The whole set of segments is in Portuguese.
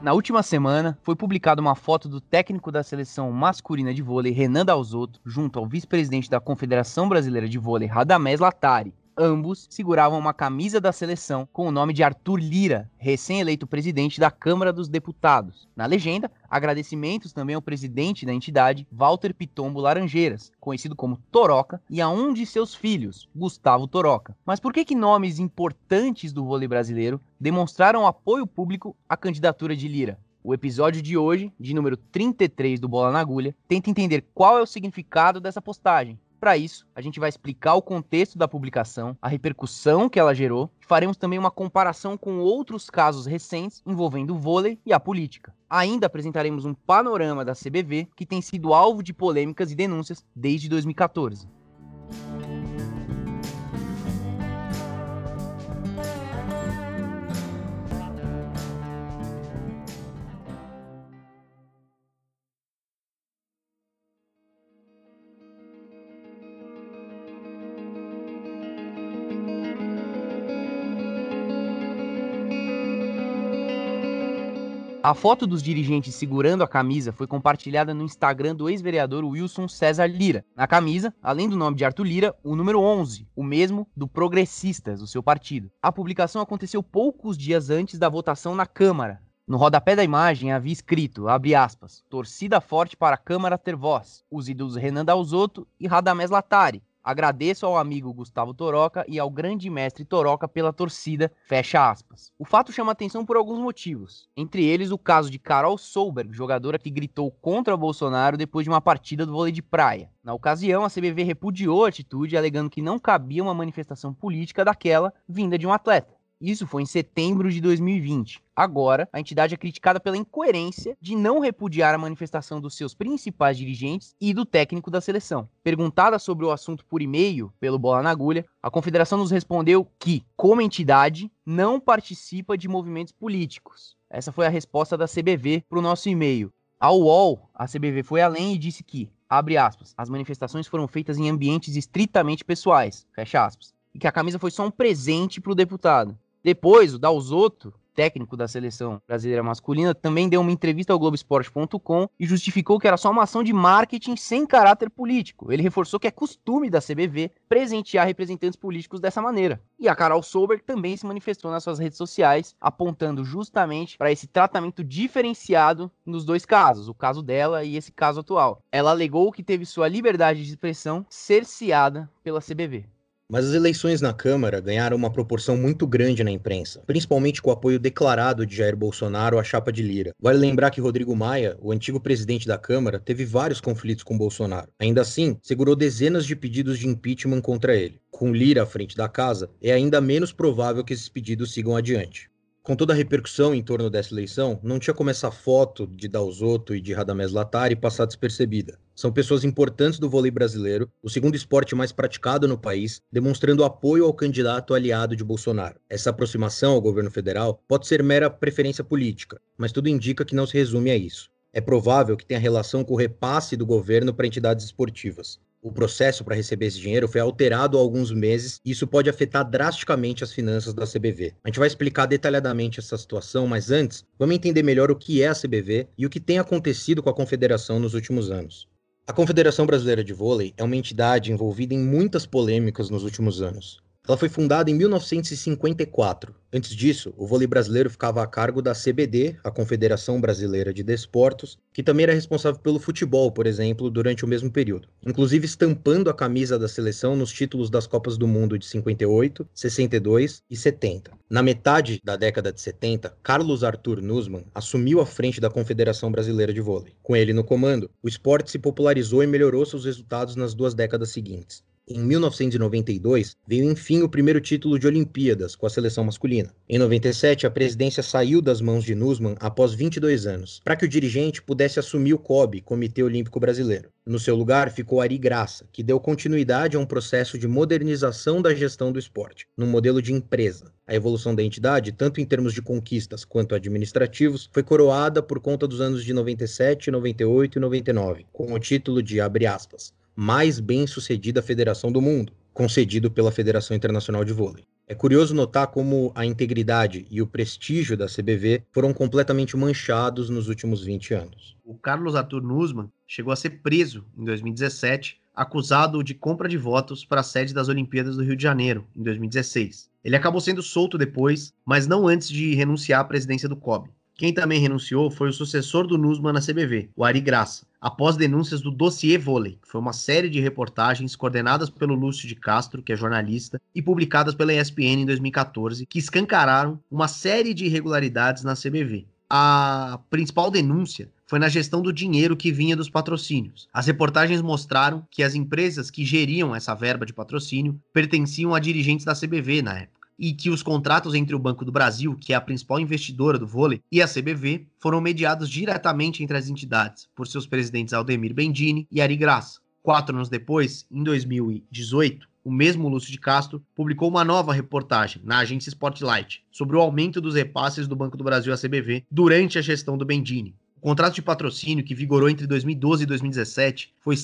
Na última semana, foi publicada uma foto do técnico da seleção masculina de vôlei, Renan Dalzotto, junto ao vice-presidente da Confederação Brasileira de Vôlei, Radamés Latari. Ambos seguravam uma camisa da seleção com o nome de Arthur Lira, recém-eleito presidente da Câmara dos Deputados. Na legenda, agradecimentos também ao presidente da entidade, Walter Pitombo Laranjeiras, conhecido como Toroca, e a um de seus filhos, Gustavo Toroca. Mas por que nomes importantes do vôlei brasileiro demonstraram apoio público à candidatura de Lira? O episódio de hoje, de número 33 do Bola na Agulha, tenta entender qual é o significado dessa postagem. Para isso, a gente vai explicar o contexto da publicação, a repercussão que ela gerou, e faremos também uma comparação com outros casos recentes envolvendo o vôlei e a política. Ainda apresentaremos um panorama da CBV, que tem sido alvo de polêmicas e denúncias desde 2014. A foto dos dirigentes segurando a camisa foi compartilhada no Instagram do ex-vereador Wilson César Lira. Na camisa, além do nome de Arthur Lira, o número 11, o mesmo do Progressistas, o seu partido. A publicação aconteceu poucos dias antes da votação na Câmara. No rodapé da imagem havia escrito, abre aspas, torcida forte para a Câmara ter voz, os ídolos Renan Dalzotto e Radamés Latari. Agradeço ao amigo Gustavo Toroca e ao grande mestre Toroca pela torcida, fecha aspas. O fato chama atenção por alguns motivos, entre eles o caso de Carol Solberg, jogadora que gritou contra Bolsonaro depois de uma partida do vôlei de praia. Na ocasião, a CBV repudiou a atitude, alegando que não cabia uma manifestação política daquela vinda de um atleta. Isso foi em setembro de 2020. Agora, a entidade é criticada pela incoerência de não repudiar a manifestação dos seus principais dirigentes e do técnico da seleção. Perguntada sobre o assunto por e-mail, pelo Bola na Agulha, a Confederação nos respondeu que, como entidade, não participa de movimentos políticos. Essa foi a resposta da CBV para o nosso e-mail. Ao UOL, a CBV foi além e disse que, abre aspas, as manifestações foram feitas em ambientes estritamente pessoais, fecha aspas, e que a camisa foi só um presente para o deputado. Depois, o Dalzotto, técnico da seleção brasileira masculina, também deu uma entrevista ao Globoesporte.com e justificou que era só uma ação de marketing sem caráter político. Ele reforçou que é costume da CBV presentear representantes políticos dessa maneira. E a Carol Solberg também se manifestou nas suas redes sociais, apontando justamente para esse tratamento diferenciado nos dois casos, o caso dela e esse caso atual. Ela alegou que teve sua liberdade de expressão cerceada pela CBV. Mas as eleições na Câmara ganharam uma proporção muito grande na imprensa, principalmente com o apoio declarado de Jair Bolsonaro à chapa de Lira. Vale lembrar que Rodrigo Maia, o antigo presidente da Câmara, teve vários conflitos com Bolsonaro. Ainda assim, segurou dezenas de pedidos de impeachment contra ele. Com Lira à frente da casa, é ainda menos provável que esses pedidos sigam adiante. Com toda a repercussão em torno dessa eleição, não tinha como essa foto de Dalzotto e de Radamés Latari passar despercebida. São pessoas importantes do vôlei brasileiro, o segundo esporte mais praticado no país, demonstrando apoio ao candidato aliado de Bolsonaro. Essa aproximação ao governo federal pode ser mera preferência política, mas tudo indica que não se resume a isso. É provável que tenha relação com o repasse do governo para entidades esportivas. O processo para receber esse dinheiro foi alterado há alguns meses e isso pode afetar drasticamente as finanças da CBV. A gente vai explicar detalhadamente essa situação, mas antes, vamos entender melhor o que é a CBV e o que tem acontecido com a Confederação nos últimos anos. A Confederação Brasileira de Vôlei é uma entidade envolvida em muitas polêmicas nos últimos anos. Ela foi fundada em 1954. Antes disso, o vôlei brasileiro ficava a cargo da CBD, a Confederação Brasileira de Desportos, que também era responsável pelo futebol, por exemplo, durante o mesmo período. Inclusive estampando a camisa da seleção nos títulos das Copas do Mundo de 58, 62 e 70. Na metade da década de 70, Carlos Arthur Nussmann assumiu a frente da Confederação Brasileira de Vôlei. Com ele no comando, o esporte se popularizou e melhorou seus resultados nas duas décadas seguintes. Em 1992, veio enfim o primeiro título de Olimpíadas com a seleção masculina. Em 97, a presidência saiu das mãos de Nussmann após 22 anos, para que o dirigente pudesse assumir o COB, Comitê Olímpico Brasileiro. No seu lugar ficou Ari Graça, que deu continuidade a um processo de modernização da gestão do esporte, num modelo de empresa. A evolução da entidade, tanto em termos de conquistas quanto administrativos, foi coroada por conta dos anos de 97, 98 e 99, com o título de, abre aspas, mais bem-sucedida federação do mundo, concedido pela Federação Internacional de Vôlei. É curioso notar como a integridade e o prestígio da CBV foram completamente manchados nos últimos 20 anos. O Carlos Arthur Nussmann chegou a ser preso em 2017, acusado de compra de votos para a sede das Olimpíadas do Rio de Janeiro, em 2016. Ele acabou sendo solto depois, mas não antes de renunciar à presidência do COB. Quem também renunciou foi o sucessor do Nussmann na CBV, o Ari Graça, após denúncias do Dossiê Vôlei, que foi uma série de reportagens coordenadas pelo Lúcio de Castro, que é jornalista, e publicadas pela ESPN em 2014, que escancararam uma série de irregularidades na CBV. A principal denúncia foi na gestão do dinheiro que vinha dos patrocínios. As reportagens mostraram que as empresas que geriam essa verba de patrocínio pertenciam a dirigentes da CBV na época, e que os contratos entre o Banco do Brasil, que é a principal investidora do vôlei, e a CBV foram mediados diretamente entre as entidades, por seus presidentes Aldemir Bendini e Ari Graça. 4 anos depois, em 2018, o mesmo Lúcio de Castro publicou uma nova reportagem na agência Spotlight sobre o aumento dos repasses do Banco do Brasil à CBV durante a gestão do Bendini. O contrato de patrocínio, que vigorou entre 2012 e 2017, foi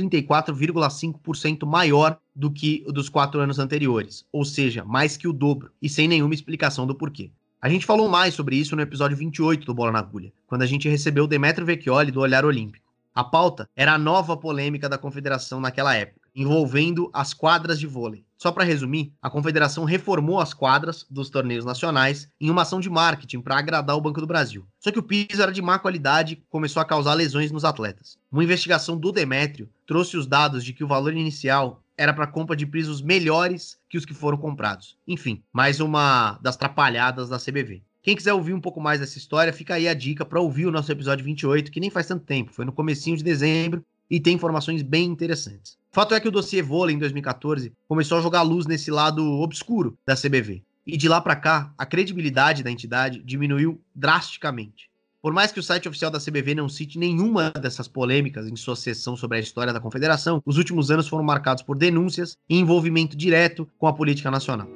134,5% maior do que o dos 4 anos anteriores, ou seja, mais que o dobro, e sem nenhuma explicação do porquê. A gente falou mais sobre isso no episódio 28 do Bola na Agulha, quando a gente recebeu Demetrio Vecchioli do Olhar Olímpico. A pauta era a nova polêmica da confederação naquela época, envolvendo as quadras de vôlei. Só para resumir, a confederação reformou as quadras dos torneios nacionais em uma ação de marketing para agradar o Banco do Brasil. Só que o piso era de má qualidade e começou a causar lesões nos atletas. Uma investigação do Demétrio trouxe os dados de que o valor inicial era para compra de pisos melhores que os que foram comprados. Enfim, mais uma das trapalhadas da CBV. Quem quiser ouvir um pouco mais dessa história, fica aí a dica para ouvir o nosso episódio 28, que nem faz tanto tempo, foi no comecinho de dezembro e tem informações bem interessantes. O fato é que o dossiê Vôlei, em 2014, começou a jogar luz nesse lado obscuro da CBV. E de lá para cá, a credibilidade da entidade diminuiu drasticamente. Por mais que o site oficial da CBV não cite nenhuma dessas polêmicas em sua seção sobre a história da confederação, os últimos anos foram marcados por denúncias e envolvimento direto com a política nacional.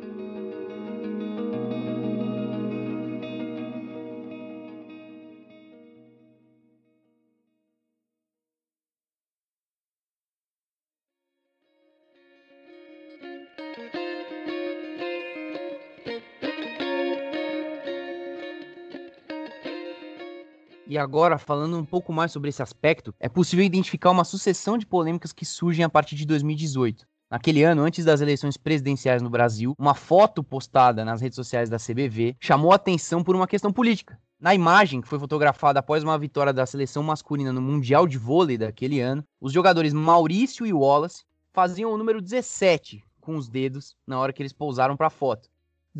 E agora, falando um pouco mais sobre esse aspecto, é possível identificar uma sucessão de polêmicas que surgem a partir de 2018. Naquele ano, antes das eleições presidenciais no Brasil, uma foto postada nas redes sociais da CBV chamou a atenção por uma questão política. Na imagem, que foi fotografada após uma vitória da seleção masculina no Mundial de Vôlei daquele ano, os jogadores Maurício e Wallace faziam o número 17 com os dedos na hora que eles pousaram para a foto.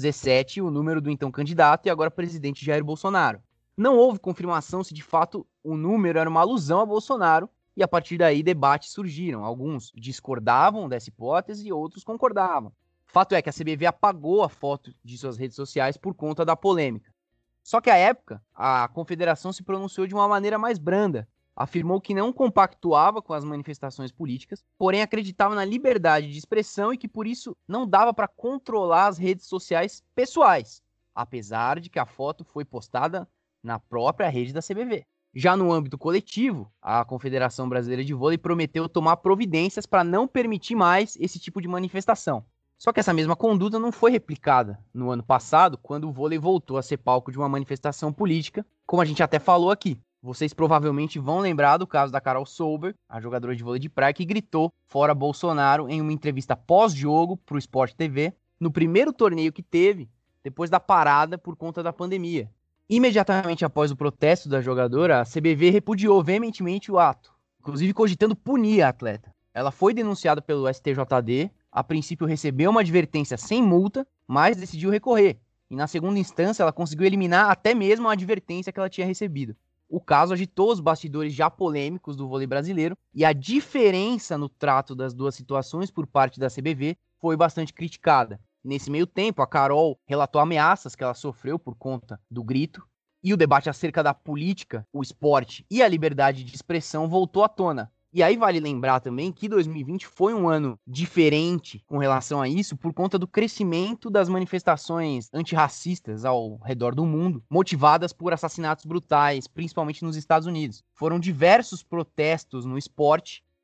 17, o número do então candidato e agora presidente Jair Bolsonaro. Não houve confirmação se de fato o número era uma alusão a Bolsonaro, e a partir daí debates surgiram. Alguns discordavam dessa hipótese e outros concordavam. Fato é que a CBV apagou a foto de suas redes sociais por conta da polêmica. Só que à época, a confederação se pronunciou de uma maneira mais branda. Afirmou que não compactuava com as manifestações políticas, porém acreditava na liberdade de expressão e que por isso não dava para controlar as redes sociais pessoais, apesar de que a foto foi postada na própria rede da CBV. Já no âmbito coletivo, a Confederação Brasileira de Vôlei prometeu tomar providências para não permitir mais esse tipo de manifestação. Só que essa mesma conduta não foi replicada no ano passado, quando o vôlei voltou a ser palco de uma manifestação política, como a gente até falou aqui. Vocês provavelmente vão lembrar do caso da Carol Solberg, a jogadora de vôlei de praia, que gritou fora Bolsonaro em uma entrevista pós-jogo para o Sport TV, no primeiro torneio que teve, depois da parada por conta da pandemia. Imediatamente após o protesto da jogadora, a CBV repudiou veementemente o ato, inclusive cogitando punir a atleta. Ela foi denunciada pelo STJD, a princípio recebeu uma advertência sem multa, mas decidiu recorrer. E na segunda instância ela conseguiu eliminar até mesmo a advertência que ela tinha recebido. O caso agitou os bastidores já polêmicos do vôlei brasileiro, e a diferença no trato das duas situações por parte da CBV foi bastante criticada. Nesse meio tempo, a Carol relatou ameaças que ela sofreu por conta do grito, e o debate acerca da política, o esporte e a liberdade de expressão voltou à tona. E aí vale lembrar também que 2020 foi um ano diferente com relação a isso por conta do crescimento das manifestações antirracistas ao redor do mundo, motivadas por assassinatos brutais, principalmente nos Estados Unidos. Foram diversos protestos no esporte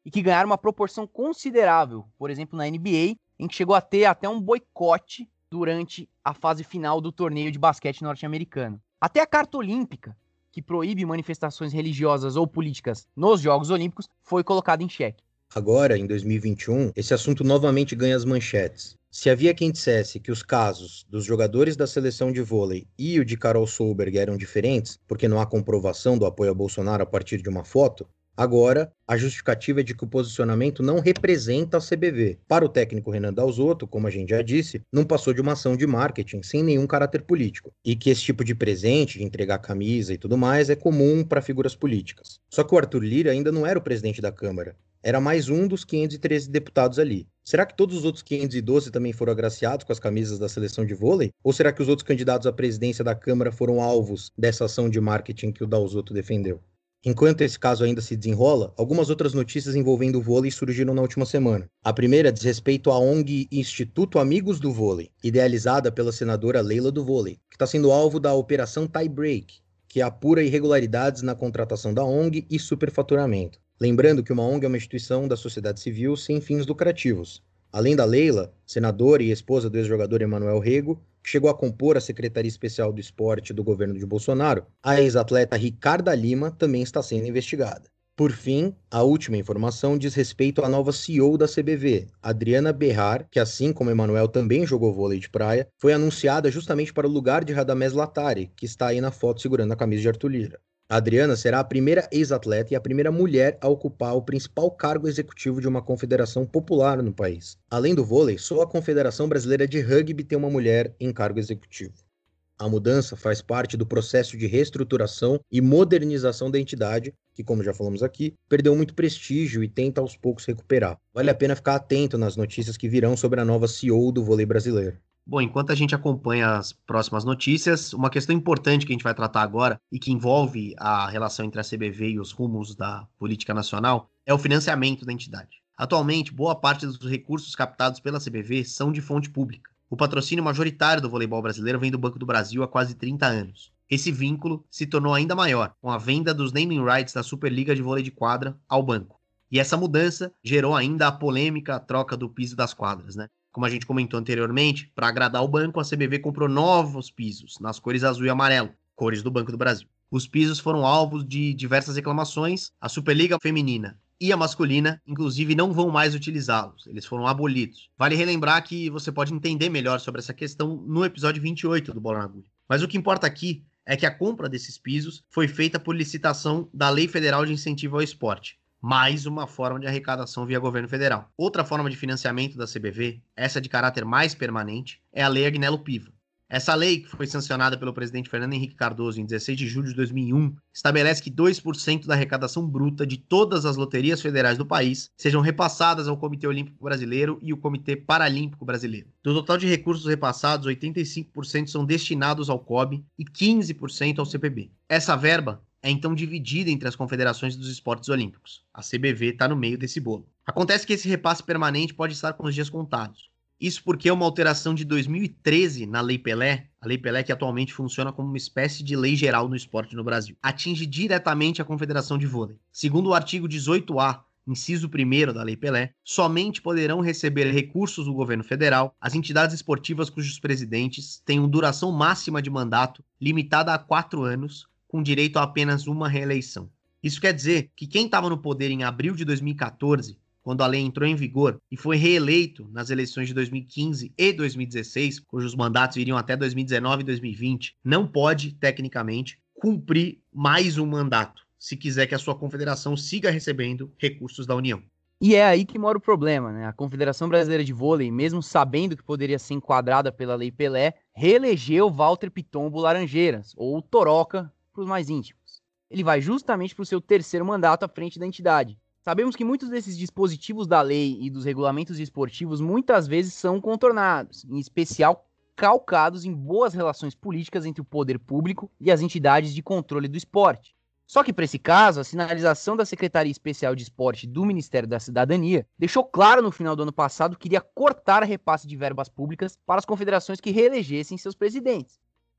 e que ganharam uma proporção considerável, por exemplo, na NBA, em que chegou a ter até um boicote durante a fase final do torneio de basquete norte-americano. Até a Carta Olímpica, que proíbe manifestações religiosas ou políticas nos Jogos Olímpicos, foi colocada em xeque. Agora, em 2021, esse assunto novamente ganha as manchetes. Se havia quem dissesse que os casos dos jogadores da seleção de vôlei e o de Carol Solberg eram diferentes, porque não há comprovação do apoio a Bolsonaro a partir de uma foto, agora a justificativa é de que o posicionamento não representa a CBV. Para o técnico Renan Dalzotto, como a gente já disse, não passou de uma ação de marketing sem nenhum caráter político. E que esse tipo de presente, de entregar camisa e tudo mais, é comum para figuras políticas. Só que o Arthur Lira ainda não era o presidente da Câmara. Era mais um dos 513 deputados ali. Será que todos os outros 512 também foram agraciados com as camisas da seleção de vôlei? Ou será que os outros candidatos à presidência da Câmara foram alvos dessa ação de marketing que o Dalzotto defendeu? Enquanto esse caso ainda se desenrola, algumas outras notícias envolvendo o vôlei surgiram na última semana. A primeira diz respeito à ONG Instituto Amigos do Vôlei, idealizada pela senadora Leila do Vôlei, que está sendo alvo da Operação Tie Break, que apura irregularidades na contratação da ONG e superfaturamento. Lembrando que uma ONG é uma instituição da sociedade civil sem fins lucrativos. Além da Leila, senadora e esposa do ex-jogador Emanuel Rego, que chegou a compor a Secretaria Especial do Esporte do governo de Bolsonaro, a ex-atleta Ricarda Lima também está sendo investigada. Por fim, a última informação diz respeito à nova CEO da CBV, Adriana Berrar, que assim como Emanuel também jogou vôlei de praia, foi anunciada justamente para o lugar de Radamés Latari, que está aí na foto segurando a camisa de Arthur Lira. A Adriana será a primeira ex-atleta e a primeira mulher a ocupar o principal cargo executivo de uma confederação popular no país. Além do vôlei, só a Confederação Brasileira de Rugby tem uma mulher em cargo executivo. A mudança faz parte do processo de reestruturação e modernização da entidade, que, como já falamos aqui, perdeu muito prestígio e tenta aos poucos recuperar. Vale a pena ficar atento nas notícias que virão sobre a nova CEO do vôlei brasileiro. Bom, enquanto a gente acompanha as próximas notícias, uma questão importante que a gente vai tratar agora e que envolve a relação entre a CBV e os rumos da política nacional é o financiamento da entidade. Atualmente, boa parte dos recursos captados pela CBV são de fonte pública. O patrocínio majoritário do voleibol brasileiro vem do Banco do Brasil há quase 30 anos. Esse vínculo se tornou ainda maior com a venda dos naming rights da Superliga de Vôlei de Quadra ao banco. E essa mudança gerou ainda a polêmica troca do piso das quadras, né? Como a gente comentou anteriormente, para agradar o banco, a CBV comprou novos pisos, nas cores azul e amarelo, cores do Banco do Brasil. Os pisos foram alvos de diversas reclamações. A Superliga Feminina e a masculina, inclusive, não vão mais utilizá-los. Eles foram abolidos. Vale relembrar que você pode entender melhor sobre essa questão no episódio 28 do Bola na Agulha. Mas o que importa aqui é que a compra desses pisos foi feita por licitação da Lei Federal de Incentivo ao Esporte. Mais uma forma de arrecadação via governo federal. Outra forma de financiamento da CBV, essa de caráter mais permanente, é a Lei Agnello Piva. Essa lei, que foi sancionada pelo presidente Fernando Henrique Cardoso em 16 de julho de 2001, estabelece que 2% da arrecadação bruta de todas as loterias federais do país sejam repassadas ao Comitê Olímpico Brasileiro e o Comitê Paralímpico Brasileiro. Do total de recursos repassados, 85% são destinados ao COB e 15% ao CPB. Essa verba é então dividida entre as confederações dos esportes olímpicos. A CBV está no meio desse bolo. Acontece que esse repasse permanente pode estar com os dias contados. Isso porque é uma alteração de 2013 na Lei Pelé, a Lei Pelé que atualmente funciona como uma espécie de lei geral no esporte no Brasil, atinge diretamente a Confederação de Vôlei. Segundo o artigo 18A, inciso 1º da Lei Pelé, somente poderão receber recursos do governo federal as entidades esportivas cujos presidentes tenham duração máxima de mandato limitada a 4 anos, com direito a apenas uma reeleição. Isso quer dizer que quem estava no poder em abril de 2014, quando a lei entrou em vigor, e foi reeleito nas eleições de 2015 e 2016, cujos mandatos iriam até 2019 e 2020, não pode, tecnicamente, cumprir mais um mandato, se quiser que a sua confederação siga recebendo recursos da União. E é aí que mora o problema, né? A Confederação Brasileira de Vôlei, mesmo sabendo que poderia ser enquadrada pela Lei Pelé, reelegeu Walter Pitombo Laranjeiras, ou Toroca, para os mais íntimos. Ele vai justamente para o seu 3º mandato à frente da entidade. Sabemos que muitos desses dispositivos da lei e dos regulamentos esportivos muitas vezes são contornados, em especial calcados em boas relações políticas entre o poder público e as entidades de controle do esporte. Só que para esse caso, a sinalização da Secretaria Especial de Esporte do Ministério da Cidadania deixou claro no final do ano passado que iria cortar a repasse de verbas públicas para as confederações que reelegessem seus presidentes.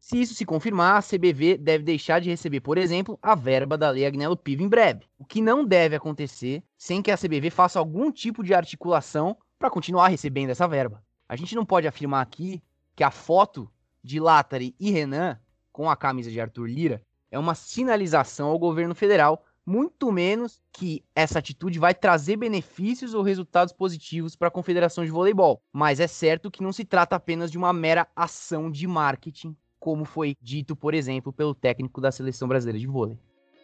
Se isso se confirmar, a CBV deve deixar de receber, por exemplo, a verba da Lei Agnello Piva em breve, o que não deve acontecer sem que a CBV faça algum tipo de articulação para continuar recebendo essa verba. A gente não pode afirmar aqui que a foto de Lattari e Renan com a camisa de Arthur Lira é uma sinalização ao governo federal, muito menos que essa atitude vai trazer benefícios ou resultados positivos para a Confederação de Voleibol. Mas é certo que não se trata apenas de uma mera ação de marketing, como foi dito, por exemplo, pelo técnico da Seleção Brasileira de Vôlei.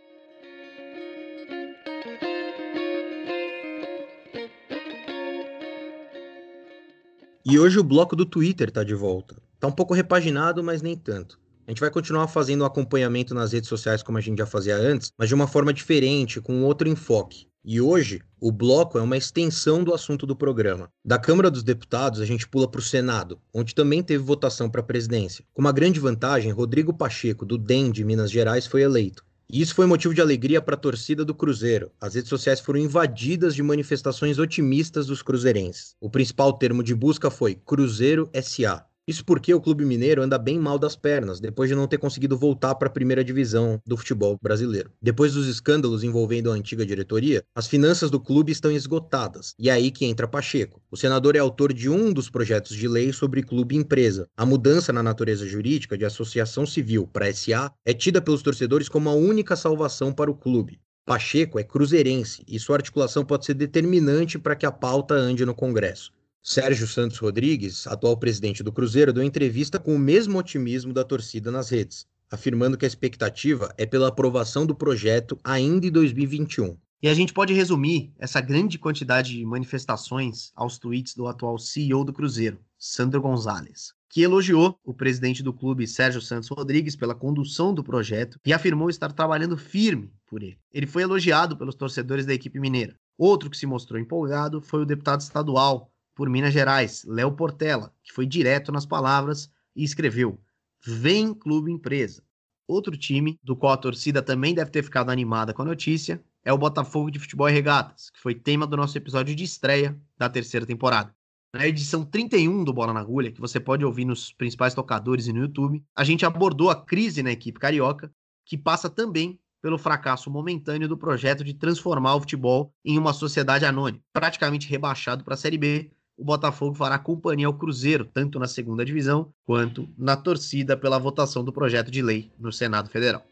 E hoje o bloco do Twitter tá de volta. Tá um pouco repaginado, mas nem tanto. A gente vai continuar fazendo um acompanhamento nas redes sociais como a gente já fazia antes, mas de uma forma diferente, com outro enfoque. E hoje, o bloco é uma extensão do assunto do programa. Da Câmara dos Deputados, a gente pula para o Senado, onde também teve votação para a presidência. Com uma grande vantagem, Rodrigo Pacheco, do DEM de Minas Gerais, foi eleito. E isso foi motivo de alegria para a torcida do Cruzeiro. As redes sociais foram invadidas de manifestações otimistas dos cruzeirenses. O principal termo de busca foi Cruzeiro SA. Isso porque o Clube Mineiro anda bem mal das pernas, depois de não ter conseguido voltar para a primeira divisão do futebol brasileiro. Depois dos escândalos envolvendo a antiga diretoria, as finanças do clube estão esgotadas. E é aí que entra Pacheco. O senador é autor de um dos projetos de lei sobre clube e empresa. A mudança na natureza jurídica de associação civil para SA é tida pelos torcedores como a única salvação para o clube. Pacheco é cruzeirense e sua articulação pode ser determinante para que a pauta ande no Congresso. Sérgio Santos Rodrigues, atual presidente do Cruzeiro, deu entrevista com o mesmo otimismo da torcida nas redes, afirmando que a expectativa é pela aprovação do projeto ainda em 2021. E a gente pode resumir essa grande quantidade de manifestações aos tweets do atual CEO do Cruzeiro, Sandro Gonzalez, que elogiou o presidente do clube, Sérgio Santos Rodrigues, pela condução do projeto e afirmou estar trabalhando firme por ele. Ele foi elogiado pelos torcedores da equipe mineira. Outro que se mostrou empolgado foi o deputado estadual por Minas Gerais, Léo Portela, que foi direto nas palavras e escreveu: "Vem Clube Empresa". Outro time, do qual a torcida também deve ter ficado animada com a notícia, é o Botafogo de Futebol e Regatas, que foi tema do nosso episódio de estreia da terceira temporada. Na edição 31 do Bola na Agulha, que você pode ouvir nos principais tocadores e no YouTube, a gente abordou a crise na equipe carioca, que passa também pelo fracasso momentâneo do projeto de transformar o futebol em uma sociedade anônima, praticamente rebaixado para a Série B. O Botafogo fará companhia ao Cruzeiro, tanto na segunda divisão, quanto na torcida pela votação do projeto de lei no Senado Federal.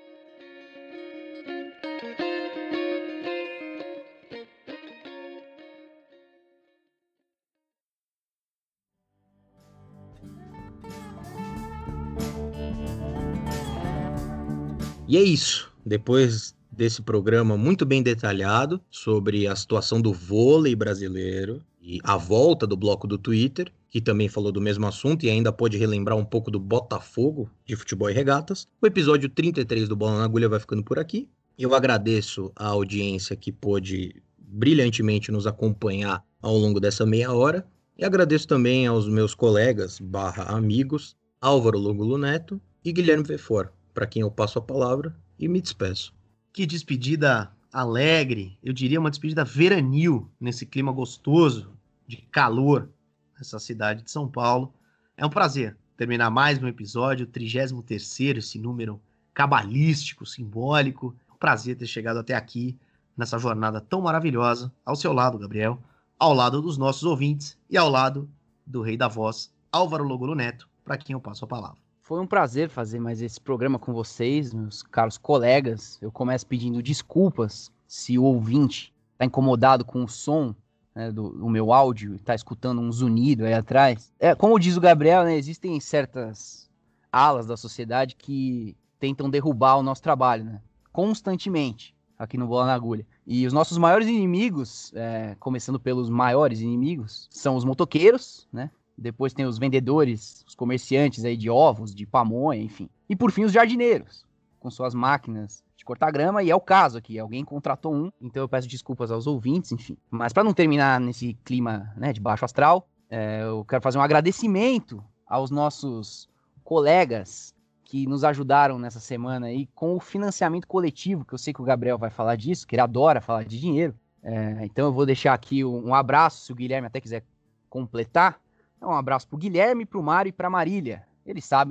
E é isso. Depois desse programa muito bem detalhado sobre a situação do vôlei brasileiro e a volta do bloco do Twitter, que também falou do mesmo assunto e ainda pode relembrar um pouco do Botafogo de Futebol e Regatas, o episódio 33 do Bola na Agulha vai ficando por aqui. Eu agradeço a audiência que pôde brilhantemente nos acompanhar ao longo dessa meia hora e agradeço também aos meus colegas / amigos Álvaro Longulo Neto e Guilherme Vefor, para quem eu passo a palavra e me despeço. Que despedida alegre, eu diria uma despedida veranil, nesse clima gostoso de calor nessa cidade de São Paulo. É um prazer terminar mais um episódio, 33º, esse número cabalístico, simbólico. É um prazer ter chegado até aqui, nessa jornada tão maravilhosa, ao seu lado, Gabriel, ao lado dos nossos ouvintes e ao lado do rei da voz, Álvaro Longulo Neto, para quem eu passo a palavra. Foi um prazer fazer mais esse programa com vocês, meus caros colegas. Eu começo pedindo desculpas se o ouvinte está incomodado com o som, né, do meu áudio e está escutando um zunido aí atrás. Como diz o Gabriel, né, existem certas alas da sociedade que tentam derrubar o nosso trabalho, né, constantemente aqui no Bola na Agulha. E os nossos maiores inimigos, começando pelos maiores inimigos, são os motoqueiros, né? Depois tem os vendedores, os comerciantes aí de ovos, de pamonha, enfim. E por fim os jardineiros, com suas máquinas de cortar grama, e é o caso aqui, alguém contratou um, então eu peço desculpas aos ouvintes, enfim. Mas para não terminar nesse clima, né, de baixo astral, eu quero fazer um agradecimento aos nossos colegas que nos ajudaram nessa semana aí com o financiamento coletivo, que eu sei que o Gabriel vai falar disso, que ele adora falar de dinheiro. Então eu vou deixar aqui um abraço, se o Guilherme até quiser completar. Um abraço pro Guilherme, pro Mário e pra Marília. Eles sabem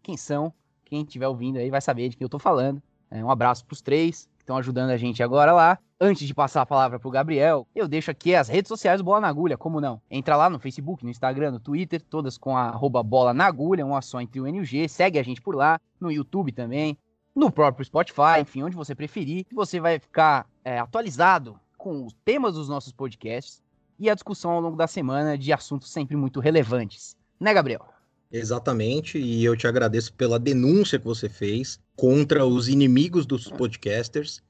quem são. Quem estiver ouvindo aí vai saber de quem eu tô falando. Um abraço pros 3 que estão ajudando a gente agora lá. Antes de passar a palavra pro Gabriel, eu deixo aqui as redes sociais do Bola na Agulha, como não? Entra lá no Facebook, no Instagram, no Twitter, todas com a @bola na agulha, uma só entre o N e o G. Segue a gente por lá, no YouTube também, no próprio Spotify, enfim, onde você preferir. Você vai ficar atualizado com os temas dos nossos podcasts e a discussão ao longo da semana de assuntos sempre muito relevantes. Né, Gabriel? Exatamente, e eu te agradeço pela denúncia que você fez contra os inimigos dos podcasters,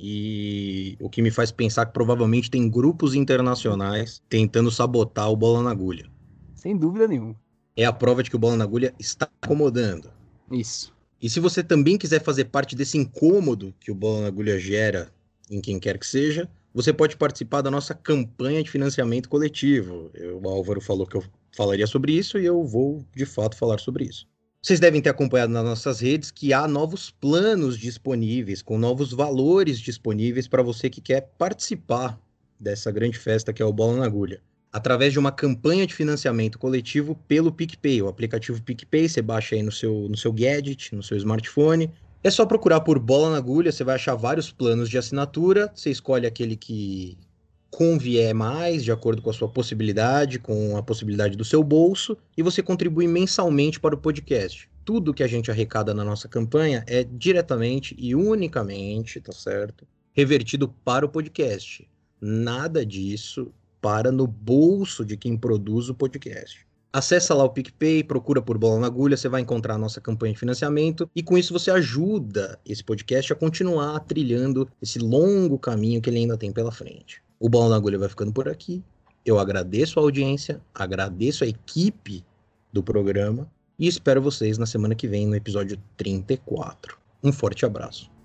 e o que me faz pensar que provavelmente tem grupos internacionais tentando sabotar o Bola na Agulha. Sem dúvida nenhuma. É a prova de que o Bola na Agulha está incomodando. Isso. E se você também quiser fazer parte desse incômodo que o Bola na Agulha gera em quem quer que seja, você pode participar da nossa campanha de financiamento coletivo. O Álvaro falou que eu falaria sobre isso e eu vou, de fato, falar sobre isso. Vocês devem ter acompanhado nas nossas redes que há novos planos disponíveis, com novos valores disponíveis para você que quer participar dessa grande festa que é o Bola na Agulha. Através de uma campanha de financiamento coletivo pelo PicPay. O aplicativo PicPay, você baixa aí no seu gadget, no seu smartphone. É só procurar por Bola na Agulha, você vai achar vários planos de assinatura. Você escolhe aquele que convier mais, de acordo com a sua possibilidade, com a possibilidade do seu bolso, e você contribui mensalmente para o podcast. Tudo que a gente arrecada na nossa campanha é diretamente e unicamente, tá certo, revertido para o podcast. Nada disso para no bolso de quem produz o podcast. Acessa lá o PicPay, procura por Bola na Agulha, você vai encontrar a nossa campanha de financiamento e com isso você ajuda esse podcast a continuar trilhando esse longo caminho que ele ainda tem pela frente. O Bola na Agulha vai ficando por aqui. Eu agradeço a audiência, agradeço a equipe do programa e espero vocês na semana que vem no episódio 34. Um forte abraço.